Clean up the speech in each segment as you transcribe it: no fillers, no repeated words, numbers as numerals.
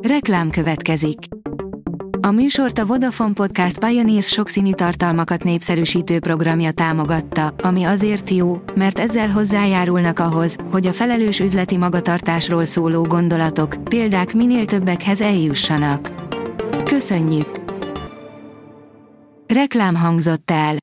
Reklám következik. A műsort a Vodafone Podcast Pioneers sokszínű tartalmakat népszerűsítő programja támogatta, ami azért jó, mert ezzel hozzájárulnak ahhoz, hogy a felelős üzleti magatartásról szóló gondolatok, példák minél többekhez eljussanak. Köszönjük! Reklám hangzott el.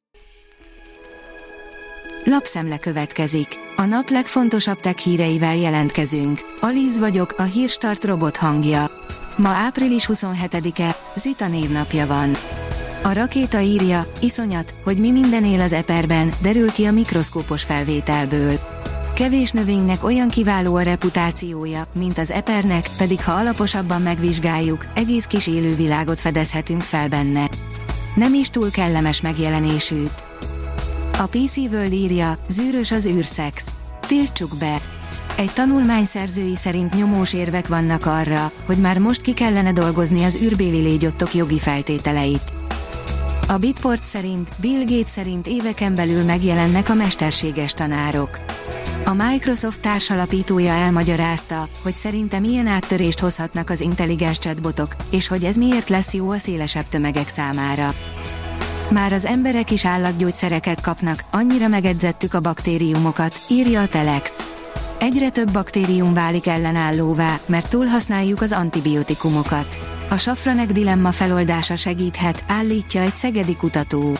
Lapszemle következik. A nap legfontosabb tech híreivel jelentkezünk. Alíz vagyok, a Hírstart robot hangja. Ma április 27-e, Zita névnapja van. A Rakéta írja, iszonyat, hogy mi minden él az eperben, derül ki a mikroszkópos felvételből. Kevés növénynek olyan kiváló a reputációja, mint az epernek, pedig ha alaposabban megvizsgáljuk, egész kis élővilágot fedezhetünk fel benne. Nem is túl kellemes megjelenésűt. A PC World írja, zűrös az űrszex. Tiltsuk be! Egy tanulmány szerzői szerint nyomós érvek vannak arra, hogy már most ki kellene dolgozni az űrbéli légyottok jogi feltételeit. A Bitport szerint, Bill Gates szerint éveken belül megjelennek a mesterséges tanárok. A Microsoft társalapítója elmagyarázta, hogy szerinte milyen áttörést hozhatnak az intelligens chatbotok, és hogy ez miért lesz jó a szélesebb tömegek számára. Már az emberek is állatgyógyszereket kapnak, annyira megedzettük a baktériumokat, írja a Telex. Egyre több baktérium válik ellenállóvá, mert túlhasználjuk az antibiotikumokat. A safranek dilemma feloldása segíthet, állítja egy szegedi kutató.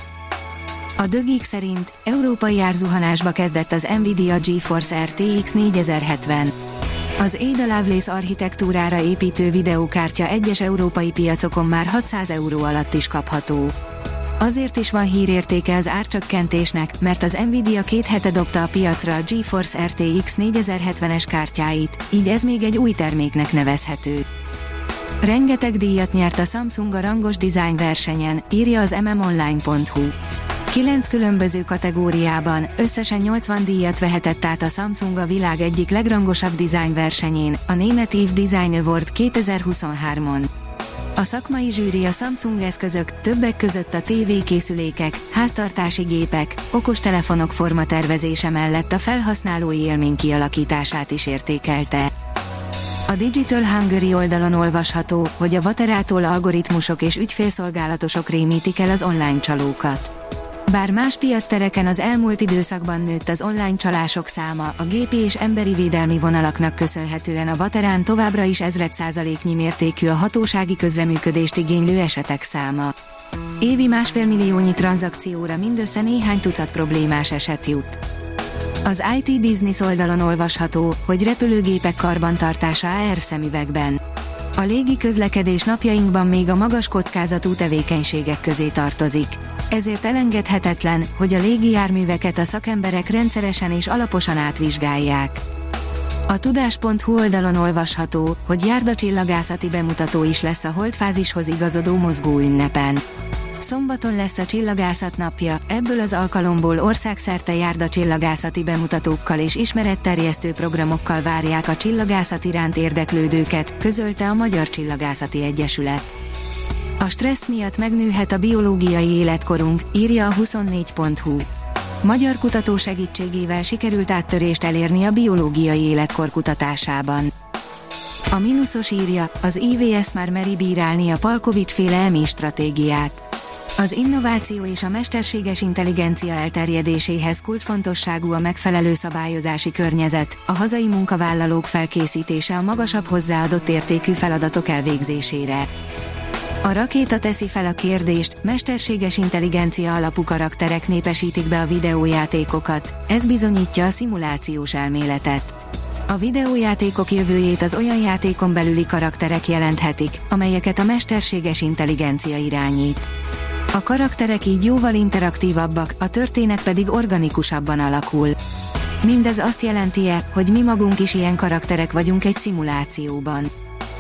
A The Geek szerint európai árzuhanásba kezdett az Nvidia GeForce RTX 4070. Az Ada Lovelace architektúrára építő videókártya egyes európai piacokon már 600 euró alatt is kapható. Azért is van hírértéke az árcsökkentésnek, mert az Nvidia 2 hete dobta a piacra a GeForce RTX 4070-es kártyáit, így ez még egy új terméknek nevezhető. Rengeteg díjat nyert a Samsung a rangos design versenyen, írja az mmonline.hu. 9 különböző kategóriában, összesen 80 díjat vehetett át a Samsung a világ egyik legrangosabb design versenyén, a német Eve Design Award 2023-on. A szakmai zsűri a Samsung eszközök, többek között a TV-készülékek, háztartási gépek, okostelefonok formatervezése mellett a felhasználói élmény kialakítását is értékelte. A Digital Hungary oldalon olvasható, hogy a Vaterától algoritmusok és ügyfélszolgálatosok rémítik el az online csalókat. Bár más piactereken az elmúlt időszakban nőtt az online csalások száma, a gépi és emberi védelmi vonalaknak köszönhetően a Vaterán továbbra is ezredszázaléknyi mértékű a hatósági közreműködést igénylő esetek száma. Évi 1,5 milliónyi tranzakcióra mindössze néhány tucat problémás eset jut. Az IT Business oldalon olvasható, hogy repülőgépek karbantartása AR szemüvegben. A légi közlekedés napjainkban még a magas kockázatú tevékenységek közé tartozik. Ezért elengedhetetlen, hogy a légijárműveket a szakemberek rendszeresen és alaposan átvizsgálják. A tudás.hu oldalon olvasható, hogy járdacsillagászati bemutató is lesz a holdfázishoz igazodó mozgóünnepen. Szombaton lesz a Csillagászat napja, ebből az alkalomból országszerte járdacsillagászati bemutatókkal és ismeretterjesztő programokkal várják a csillagászat iránt érdeklődőket, közölte a Magyar Csillagászati Egyesület. A stressz miatt megnőhet a biológiai életkorunk, írja a 24.hu. Magyar kutató segítségével sikerült áttörést elérni a biológiai életkor kutatásában. A Minusos írja, az IVS már meri bírálni a Palkovics-féle EMI stratégiát. Az innováció és a mesterséges intelligencia elterjedéséhez kulcsfontosságú a megfelelő szabályozási környezet, a hazai munkavállalók felkészítése a magasabb hozzáadott értékű feladatok elvégzésére. A Rakéta teszi fel a kérdést, mesterséges intelligencia alapú karakterek népesítik be a videójátékokat, ez bizonyítja a szimulációs elméletet. A videójátékok jövőjét az olyan játékon belüli karakterek jelenthetik, amelyeket a mesterséges intelligencia irányít. A karakterek így jóval interaktívabbak, a történet pedig organikusabban alakul. Mindez azt jelenti-e, hogy mi magunk is ilyen karakterek vagyunk egy szimulációban.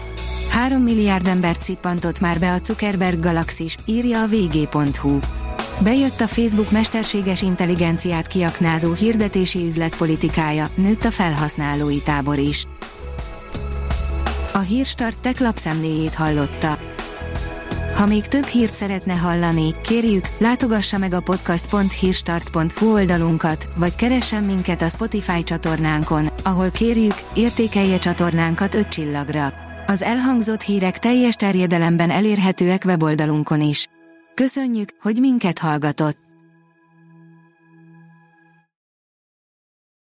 3 milliárd embert szippantott már be a Zuckerberg Galaxis, írja a vg.hu. Bejött a Facebook mesterséges intelligenciát kiaknázó hirdetési üzletpolitikája, nőtt a felhasználói tábor is. A Hírstart Tech lapszemléjét hallotta. Ha még több hírt szeretne hallani, kérjük, látogassa meg a podcast.hírstart.hu oldalunkat, vagy keressen minket a Spotify csatornánkon, ahol kérjük, értékelje csatornánkat 5 csillagra. Az elhangzott hírek teljes terjedelemben elérhetőek weboldalunkon is. Köszönjük, hogy minket hallgatott!